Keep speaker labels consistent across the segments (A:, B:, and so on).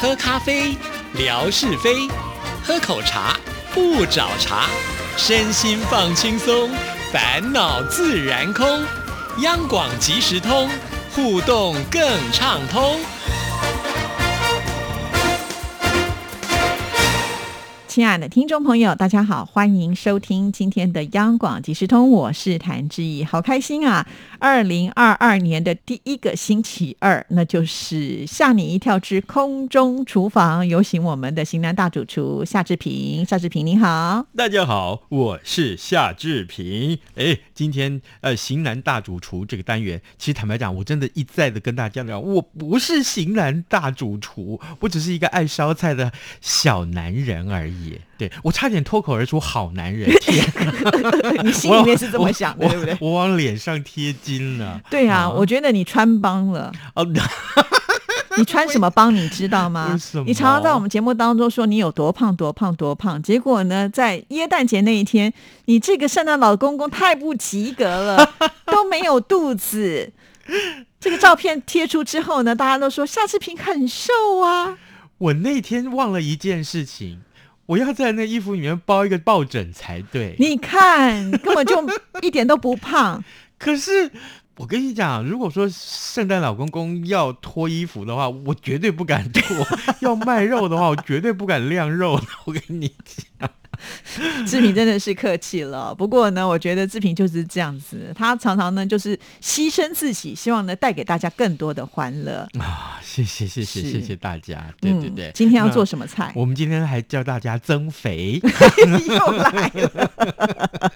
A: 喝咖啡，聊是非；喝口茶，不找茬。身心放轻松，烦恼自然空。央广即时通，互动更畅通。
B: 亲爱的听众朋友，大家好，欢迎收听今天的央广即时通，我是谭志毅，好开心啊！2022年的第一个星期二，那就是吓你一跳之空中厨房，有请我们的型男大主厨夏志平。夏志平你好。
C: 大家好，我是夏志平。今天型男大主厨这个单元，其实坦白讲，我真的一再的跟大家讲，我不是型男大主厨，我只是一个爱烧菜的小男人而已。对，我差点脱口而出好男人，天
B: 你心里面是这么想的，对不对？
C: 我往脸上贴金了。
B: 对啊，我觉得你穿帮了。你穿什么帮你知道吗？你常常在我们节目当中说你有多胖多胖多胖，结果呢在耶诞节那一天，你这个圣诞老公公太不及格了，都没有肚子。这个照片贴出之后呢，大家都说夏志平很瘦啊。
C: 我那天忘了一件事情，我要在那衣服里面包一个抱枕才对。
B: 你看根本就一点都不胖。
C: 可是我跟你讲，如果说圣诞老公公要脱衣服的话，我绝对不敢脱。要卖肉的话，我绝对不敢晾肉。我跟你讲，
B: 志平真的是客气了。不过呢，我觉得志平就是这样子，他常常呢就是牺牲自己，希望呢带给大家更多的欢乐
C: 啊！谢谢大家。对对对，
B: 今天要做什么菜？
C: 我们今天还教大家增肥。
B: 又来了。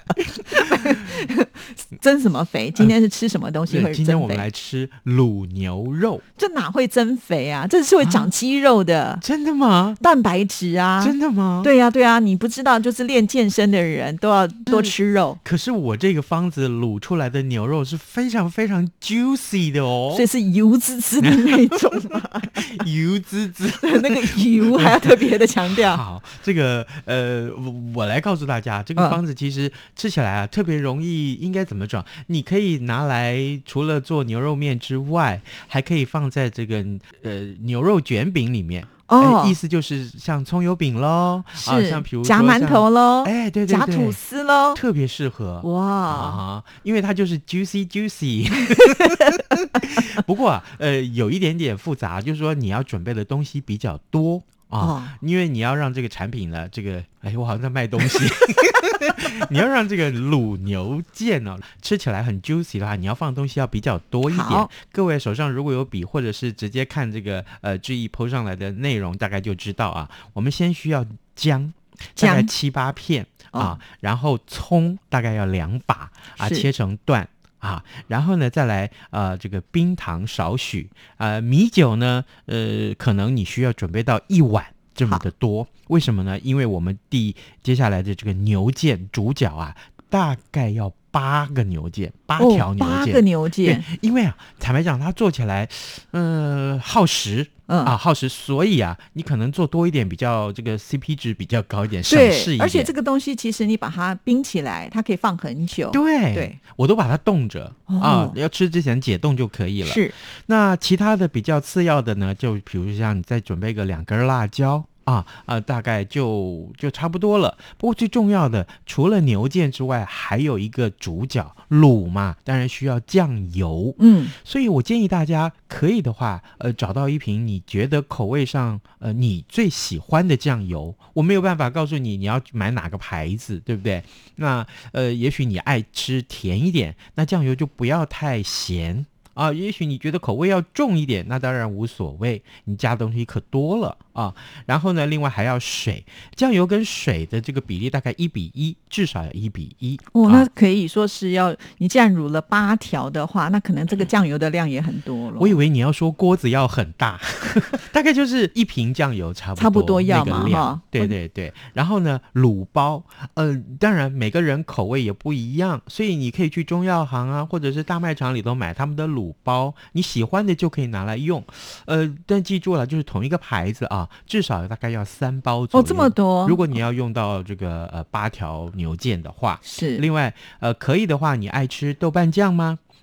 B: 增什么肥？今天是吃什么东西会增肥？
C: 今天我们来吃卤牛肉。
B: 这哪会增肥啊？这是会长肌肉的。
C: 真的吗？
B: 蛋白质啊。
C: 真的吗？
B: 对啊，你不知道，就是练健身的人都要多吃肉。
C: 可是我这个方子卤出来的牛肉是非常非常 juicy 的哦，
B: 所以是油滋滋的那种嘛。
C: 油滋滋
B: 那个油还要特别的强调。
C: 好，这个我来告诉大家，这个方子其实吃起来啊特别容易，应该怎么讲？你可以拿来除了做牛肉面之外，还可以放在这个牛肉卷饼里面。意思就是像葱油饼咯，像比如说
B: 夹馒头咯，
C: 对，
B: 夹吐司咯，
C: 特别适合。
B: 哇，
C: 因为它就是 juicy。不过有一点点复杂，就是说你要准备的东西比较多因为你要让这个产品呢，我好像在卖东西。你要让这个卤牛腱吃起来很 juicy 的话，你要放的东西要比较多一点。各位手上如果有笔，或者是直接看这个志毅 po 上来的内容，大概就知道啊。我们先需要姜，大概7-8片然后葱大概要2把切成段。然后呢，再来这个冰糖少许米酒呢，可能你需要准备到1碗这么的多。为什么呢？因为我们接下来的这个牛腱主角大概要8个牛腱，8条牛腱，8
B: 个牛腱。
C: 因为坦白讲，它做起来耗时。耗时，所以你可能做多一点，比较这个 CP 值比较高一点，省事一点。
B: 而且这个东西其实你把它冰起来，它可以放很久。
C: 对，我都把它冻着要吃之前解冻就可以了。
B: 是，
C: 那其他的比较次要的呢，就比如像你再准备个2根辣椒。大概就差不多了。不过最重要的，除了牛腱之外，还有一个主角卤嘛，当然需要酱油。所以我建议大家可以的话，找到一瓶你觉得口味上你最喜欢的酱油。我没有办法告诉你要买哪个牌子，对不对？那也许你爱吃甜一点，那酱油就不要太咸。也许你觉得口味要重一点，那当然无所谓，你加东西可多了然后呢，另外还要水，酱油跟水的这个比例大概1:1，至少要1:1。
B: 那可以说是你既然卤了8条的话，那可能这个酱油的量也很多了。
C: 我以为你要说锅子要很大，大概就是1瓶酱油差不多要嘛，那个量。对。然后呢，卤包，当然每个人口味也不一样，所以你可以去中药行或者是大卖场里头买他们的卤包，你喜欢的就可以拿来用。但记住了，就是同一个牌子至少大概要3包左右。
B: 这么多。
C: 如果你要用到这个8条牛腱的话，
B: 是。
C: 另外可以的话，你爱吃豆瓣酱吗？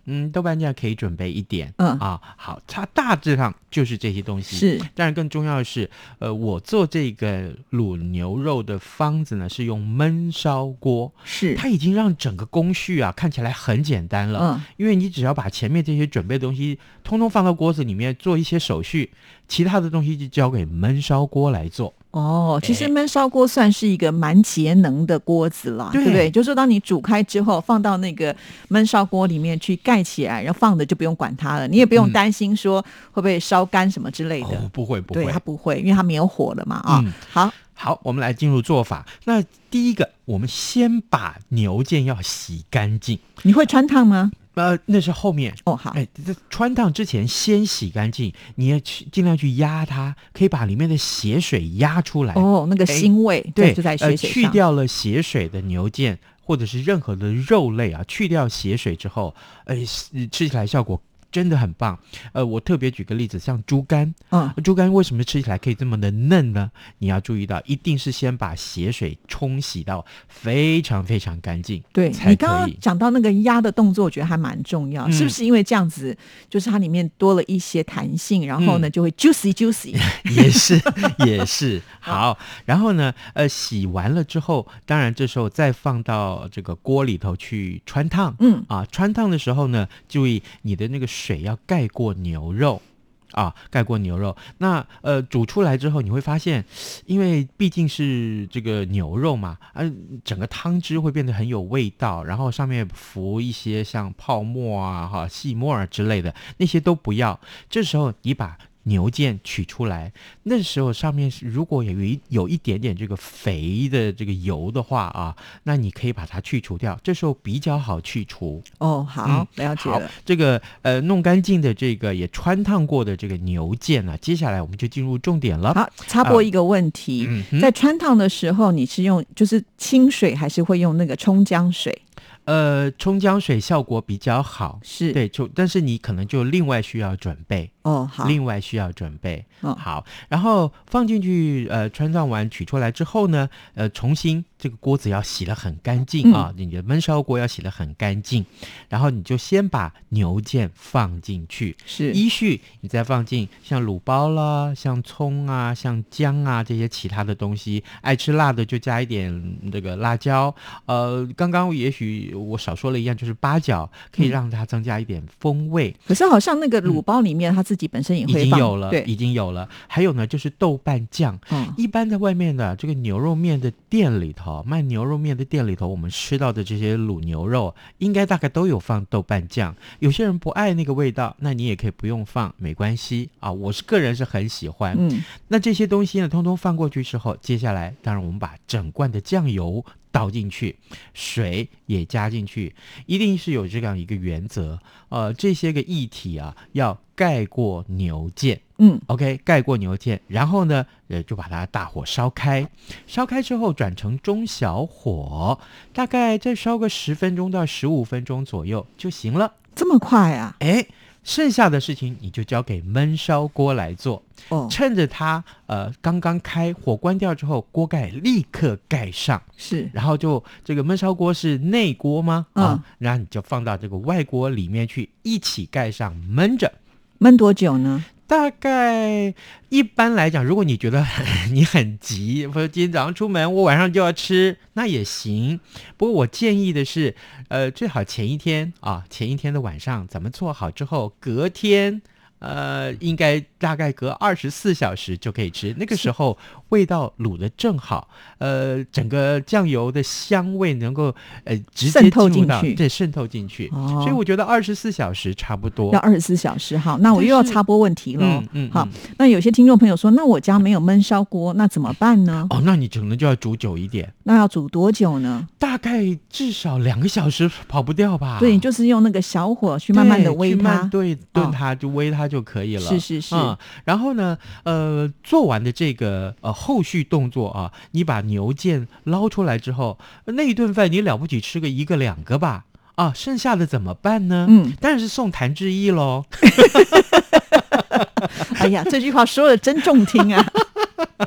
C: 豆瓣酱可以准备一点，好，它大致上就是这些东西。
B: 是，
C: 当然更重要的是，我做这个卤牛肉的方子呢，是用焖烧锅，
B: 是，
C: 它已经让整个工序啊看起来很简单了，因为你只要把前面这些准备的东西通通放到锅子里面做一些手续，其他的东西就交给焖烧锅来做。
B: 其实焖烧锅算是一个蛮节能的锅子了，对不对？就是说当你煮开之后放到那个焖烧锅里面去盖起来，然后放着就不用管它了，你也不用担心说会不会烧干什么之类的。
C: 不会，
B: 对，它不会，因为它没有火了嘛。
C: 好，我们来进入做法。那第一个，我们先把牛腱要洗干净。
B: 你会穿烫吗？
C: 那是后面
B: 好。
C: 在穿烫之前先洗干净，你也尽量去压它，可以把里面的血水压出来。
B: 那个腥味，对，就在血水上。
C: 去掉了血水的牛腱或者是任何的肉类啊，去掉血水之后，吃起来效果真的很棒。我特别举个例子，像猪肝，猪肝为什么吃起来可以这么的嫩呢？你要注意到，一定是先把血水冲洗到非常非常干净。
B: 对，你刚刚讲到那个压的动作，我觉得还蛮重要，是不是？因为这样子，就是它里面多了一些弹性，然后呢就会 juicy。
C: 也是。好，然后呢，洗完了之后，当然这时候再放到这个锅里头去穿烫。穿烫的时候呢，注意你的那个水要盖过牛肉。盖过牛肉。那煮出来之后，你会发现，因为毕竟是这个牛肉嘛，整个汤汁会变得很有味道，然后上面浮一些像泡沫啊、细沫啊之类的，那些都不要。这时候你把牛腱取出来，那时候上面如果有一点点这个肥的这个油的话那你可以把它去除掉，这时候比较好去除。
B: 好，了解了。
C: 好，这个弄干净的这个也穿烫过的这个牛腱接下来我们就进入重点了。
B: 好，插播一个问题，在穿烫的时候你是用就是清水还是会用那个冲浆水？
C: 冲浆水效果比较好，
B: 是
C: 对，但是你可能就另外需要准备。
B: 好，
C: 另外需要准备。好，然后放进去，穿烫完取出来之后呢，重新这个锅子要洗得很干净你的焖烧锅要洗得很干净，然后你就先把牛腱放进去，
B: 是
C: 依序你再放进像卤包啦、像葱啊、像姜啊这些其他的东西，爱吃辣的就加一点这个辣椒。刚刚也许我少说了一样，就是八角可以让它增加一点风味。
B: 可是好像那个卤包里面它自己本身也会放，
C: 已经有了。还有呢，就是豆瓣酱。一般在外面的这个牛肉面的店里头，卖牛肉面的店里头，我们吃到的这些卤牛肉，应该大概都有放豆瓣酱。有些人不爱那个味道，那你也可以不用放，没关系我个人是很喜欢。那这些东西呢，通通放过去之后，接下来当然我们把整罐的酱油倒进去，水也加进去，一定是有这样一个原则。这些个液体要盖过牛腱。OK， 盖过牛腱，然后呢，就把它大火烧开。烧开之后转成中小火，大概再烧个10分钟到15分钟左右就行了。
B: 这么快啊？
C: 剩下的事情你就交给焖烧锅来做。趁着它刚刚开，火关掉之后，锅盖立刻盖上。
B: 是，
C: 然后就这个焖烧锅是内锅吗？然后你就放到这个外锅里面去，一起盖上焖着。
B: 焖多久呢？
C: 大概一般来讲，如果你觉得你很急，或者今天早上出门我晚上就要吃，那也行。不过我建议的是最好前一天的晚上咱们做好之后，隔天应该大概隔24小时就可以吃，那个时候味道卤得正好，整个酱油的香味能够直接进入到，对，渗透进去。所以我觉得24小时差不多。
B: 要24小时。好，那我又要插播问题了。好，那有些听众朋友说，那我家没有焖烧锅，那怎么办呢？
C: 那你可能就要煮久一点。
B: 那要煮多久呢？
C: 大概至少2个小时跑不掉吧。
B: 对，就是用那个小火去慢慢的煨它，
C: 对，炖它就煨它就可以了。
B: 是。
C: 然后呢，做完的这个后续动作你把牛腱捞出来之后，那一顿饭你了不起吃个1个2个吧，剩下的怎么办呢？当然是送谭志毅咯。
B: 哎呀，这句话说的真中听啊。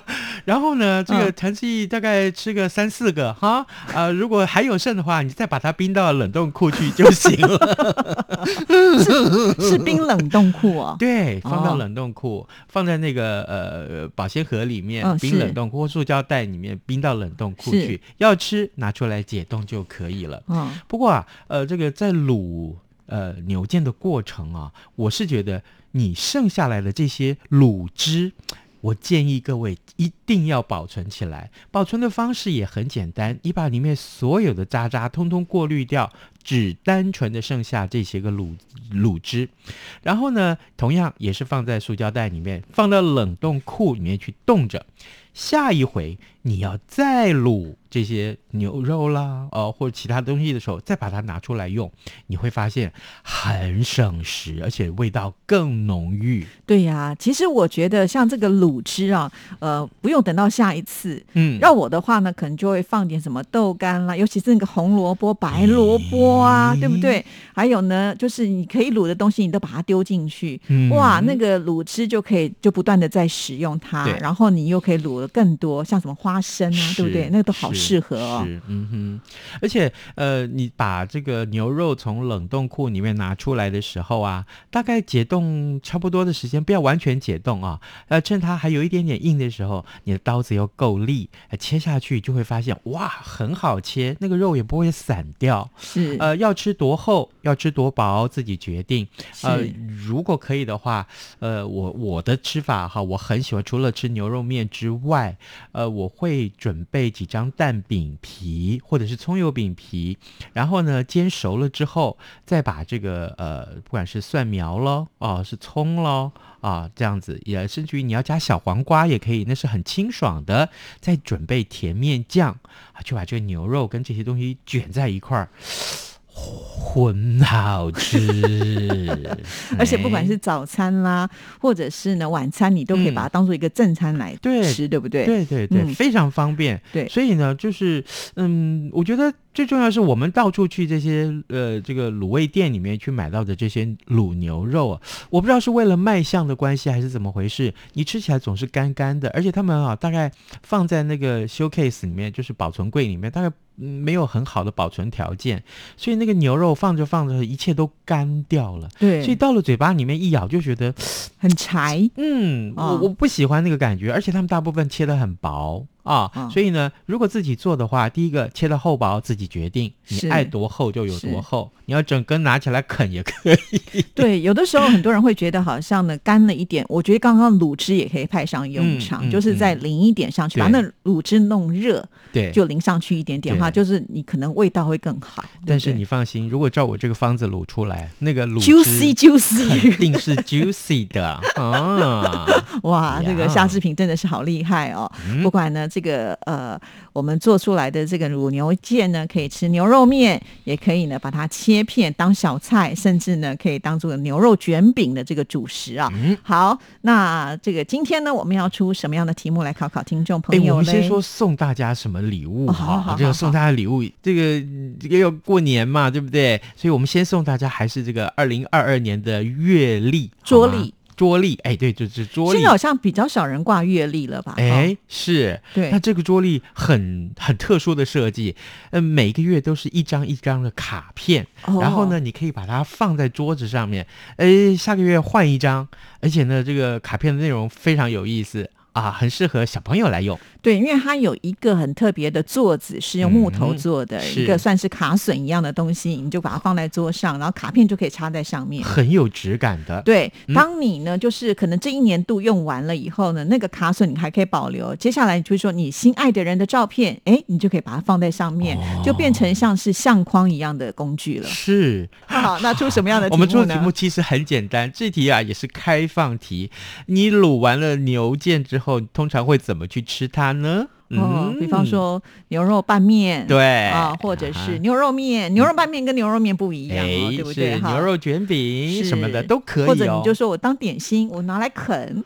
C: 然后呢，这个陈志毅大概吃个3-4个哈，如果还有剩的话，你再把它冰到冷冻库去就行了。
B: 是冰冷冻库哦？
C: 对，放到冷冻库，放在那个保鲜盒里面，冰冷冻库或塑胶袋里面冰到冷冻库去，要吃拿出来解冻就可以了。不过这个在卤牛腱的过程啊，我是觉得你剩下来的这些卤汁，我建议各位一定要保存起来。保存的方式也很简单，你把里面所有的渣渣通通过滤掉，只单纯的剩下这些个卤汁，然后呢，同样也是放在塑胶袋里面，放到冷冻库里面去冻着。下一回你要再卤这些牛肉啦，或者其他东西的时候，再把它拿出来用，你会发现很省时，而且味道更浓郁。
B: 对呀，其实我觉得像这个卤汁啊，不用等到下一次。让我的话呢，可能就会放点什么豆干啦，尤其是那个红萝卜、白萝卜啊，对不对？还有呢，就是你可以卤的东西，你都把它丢进去，哇，那个卤汁就可以就不断的在使用它，然后你又可以卤的更多，像什么花生啊，对不对？那个都好适合哦。
C: 而且你把这个牛肉从冷冻库里面拿出来的时候啊，大概解冻差不多的时间，不要完全解冻啊，趁它还有一点点硬的时候，你的刀子又够利，切下去就会发现哇，很好切，那个肉也不会散掉。
B: 是
C: 要吃多厚，要吃多薄，自己决定。如果可以的话，我的吃法哈，我很喜欢，除了吃牛肉面之外，我会准备几张蛋饼皮或者是葱油饼皮，然后呢煎熟了之后，再把这个不管是蒜苗咯，是葱咯，这样子，也甚至于你要加小黄瓜也可以，那是很清爽的。再准备甜面酱，就把这个牛肉跟这些东西卷在一块儿，很好吃。
B: 而且不管是早餐啦，或者是呢晚餐，你都可以把它当做一个正餐来吃，对不对？
C: 对，非常方便。
B: 对，
C: 所以呢，就是我觉得最重要是我们到处去这些这个卤味店里面去买到的这些卤牛肉，我不知道是为了卖相的关系还是怎么回事，你吃起来总是干干的，而且他们大概放在那个 showcase 里面，就是保存柜里面，大概没有很好的保存条件，所以那个牛肉放着放着，一切都干掉了。
B: 对，
C: 所以到了嘴巴里面一咬就觉得
B: 很柴。
C: 我不喜欢那个感觉，而且他们大部分切得很薄。所以呢，如果自己做的话，第一个切的厚薄自己决定，你爱多厚就有多厚，你要整根拿起来啃也可以。
B: 对，有的时候很多人会觉得好像呢干了一点，我觉得刚刚卤汁也可以派上用场，就是再淋一点上去，把那卤汁弄热，
C: 对，
B: 就淋上去一点点的话，就是你可能味道会更好。
C: 但是你放心，如果照我这个方子卤出来，那个卤
B: 汁 juicy
C: 肯定是 juicy 的
B: 哇，这个夏志平真的是好厉害哦！不管呢这个我们做出来的这个卤牛腱呢，可以吃牛肉面，也可以呢把它切片当小菜，甚至呢可以当做牛肉卷饼的这个主食啊。好，那这个今天呢，我们要出什么样的题目来考考听众朋友呢？
C: 我们先说送大家什么礼物这个送大家礼物，这个要过年嘛，对不对？所以我们先送大家还是这个2022年的月历桌历，对，就是桌历。
B: 现在好像比较少人挂月历了吧？
C: 是。
B: 对，
C: 那这个桌历很特殊的设计，每个月都是一张一张的卡片，然后呢，你可以把它放在桌子上面，下个月换一张，而且呢，这个卡片的内容非常有意思。很适合小朋友来用。
B: 对，因为它有一个很特别的座子，是用木头做的，一个算是卡榫一样的东西，你就把它放在桌上，然后卡片就可以插在上面，
C: 很有质感的。
B: 对，当你呢就是可能这一年度用完了以后呢，那个卡榫你还可以保留，接下来就是说你心爱的人的照片，你就可以把它放在上面，就变成像是相框一样的工具了。
C: 是。
B: 好，那出什么样的题目呢？
C: 我们出的题目其实很简单，这题也是开放题。你卤完了牛腱之后，通常会怎么去吃它呢？
B: 比方说牛肉拌面，
C: 对
B: 或者是牛肉面，牛肉拌面跟牛肉面不一样对不对？
C: 牛肉卷饼什么的都可以，
B: 或者你就说我当点心，我拿来啃。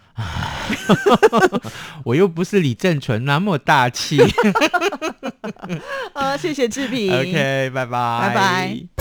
C: 我又不是李正淳那么大气。
B: 谢谢志平。
C: OK， 拜拜。